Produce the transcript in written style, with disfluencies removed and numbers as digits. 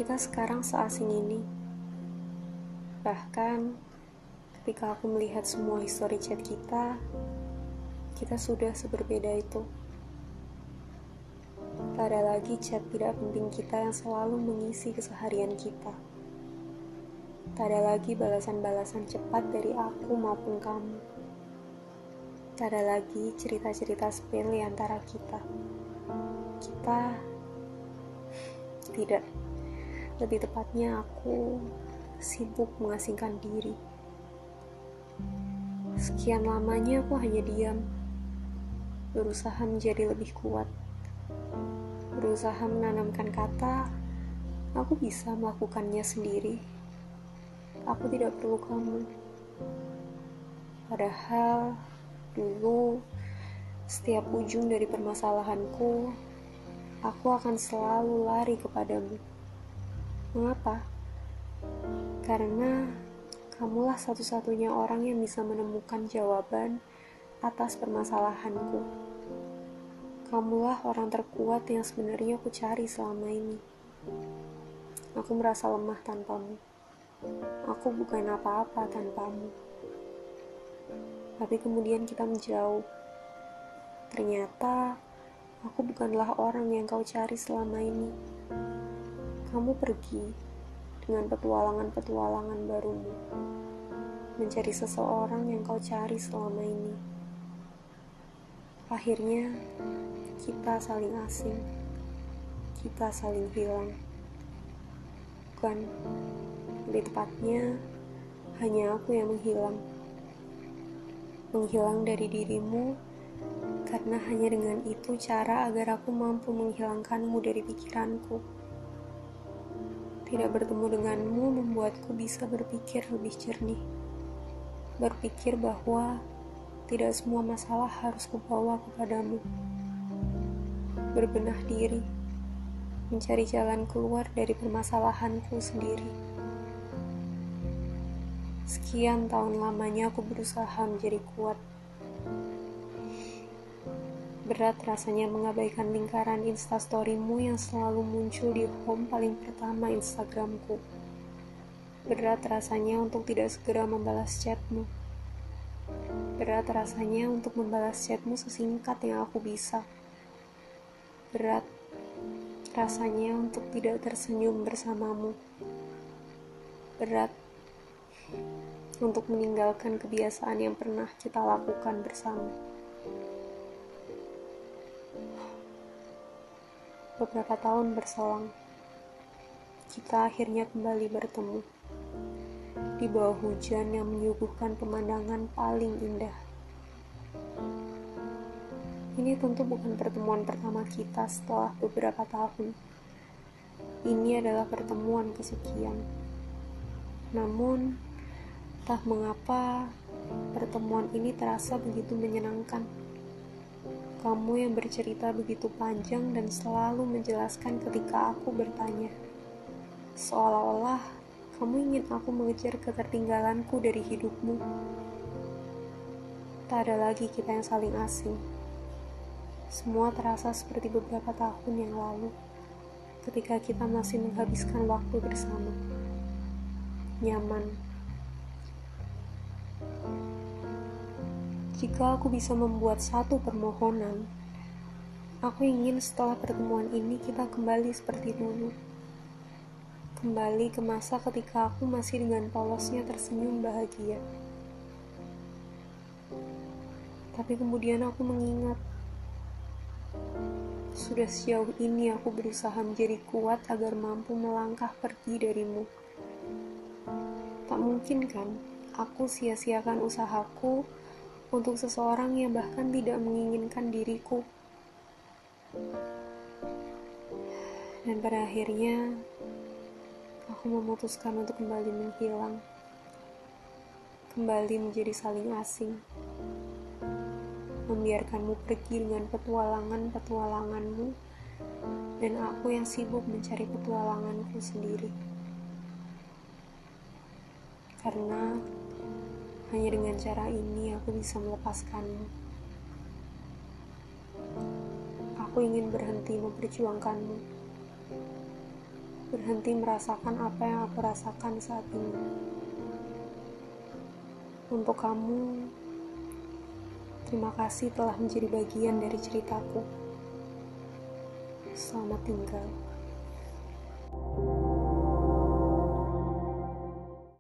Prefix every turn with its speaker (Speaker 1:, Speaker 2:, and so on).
Speaker 1: Kita sekarang seasing ini. Bahkan ketika aku melihat semua histori chat kita sudah seberbeda itu. Tak ada lagi chat tidak penting kita yang selalu mengisi keseharian kita. Tak ada lagi balasan-balasan cepat dari aku maupun kamu. Tak ada lagi cerita-cerita sepele antara kita. Tidak. Lebih tepatnya aku sibuk mengasingkan diri. Sekian lamanya aku hanya diam, berusaha menjadi lebih kuat, berusaha menanamkan kata, aku bisa melakukannya sendiri. Aku tidak perlu kamu. Padahal dulu, setiap ujung dari permasalahanku, aku akan selalu lari kepadamu. Mengapa? Karena kamulah satu-satunya orang yang bisa menemukan jawaban atas permasalahanku. Kamulah orang terkuat yang sebenarnya aku cari selama ini. Aku merasa lemah tanpamu. Aku bukan apa-apa tanpamu. Tapi kemudian kita menjauh. Ternyata aku bukanlah orang yang kau cari selama ini. Kamu pergi dengan petualangan-petualangan barumu, mencari seseorang yang kau cari selama ini. Akhirnya, kita saling asing, kita saling hilang. Bukan, lebih tepatnya, hanya aku yang menghilang. Menghilang dari dirimu, karena hanya dengan itu cara agar aku mampu menghilangkanmu dari pikiranku. Tidak bertemu denganmu membuatku bisa berpikir lebih jernih. Berpikir bahwa tidak semua masalah harus kubawa kepadamu. Berbenah diri, mencari jalan keluar dari permasalahanku sendiri. Sekian tahun lamanya aku berusaha menjadi kuat. Berat rasanya mengabaikan lingkaran instastorymu yang selalu muncul di home paling pertama Instagramku. Berat rasanya untuk tidak segera membalas chatmu. Berat rasanya untuk membalas chatmu sesingkat yang aku bisa. Berat rasanya untuk tidak tersenyum bersamamu. Berat untuk meninggalkan kebiasaan yang pernah kita lakukan bersama. Beberapa tahun berselang, kita akhirnya kembali bertemu di bawah hujan yang menyuguhkan pemandangan paling indah. Ini tentu bukan pertemuan pertama kita setelah beberapa tahun. Ini adalah pertemuan kesekian. Namun, entah mengapa pertemuan ini terasa begitu menyenangkan. Kamu yang bercerita begitu panjang dan selalu menjelaskan ketika aku bertanya. Seolah-olah kamu ingin aku mengejar ketertinggalanku dari hidupmu. Tak ada lagi kita yang saling asing. Semua terasa seperti beberapa tahun yang lalu, ketika kita masih menghabiskan waktu bersama. Nyaman. Jika aku bisa membuat satu permohonan, aku ingin setelah pertemuan ini kita kembali seperti dulu. Kembali ke masa ketika aku masih dengan polosnya tersenyum bahagia. Tapi kemudian aku mengingat, sudah sejauh ini aku berusaha menjadi kuat agar mampu melangkah pergi darimu. Tak mungkin kan aku sia-siakan usahaku untuk seseorang yang bahkan tidak menginginkan diriku. Dan pada akhirnya, aku memutuskan untuk kembali menghilang. Kembali menjadi saling asing. Membiarkanmu pergi dengan petualangan-petualanganmu, dan aku yang sibuk mencari petualanganku sendiri. Karena hanya dengan cara ini aku bisa melepaskanmu. Aku ingin berhenti memperjuangkanmu. berhenti merasakan apa yang aku rasakan saat ini. Untuk kamu, terima kasih telah menjadi bagian dari ceritaku. Selamat tinggal.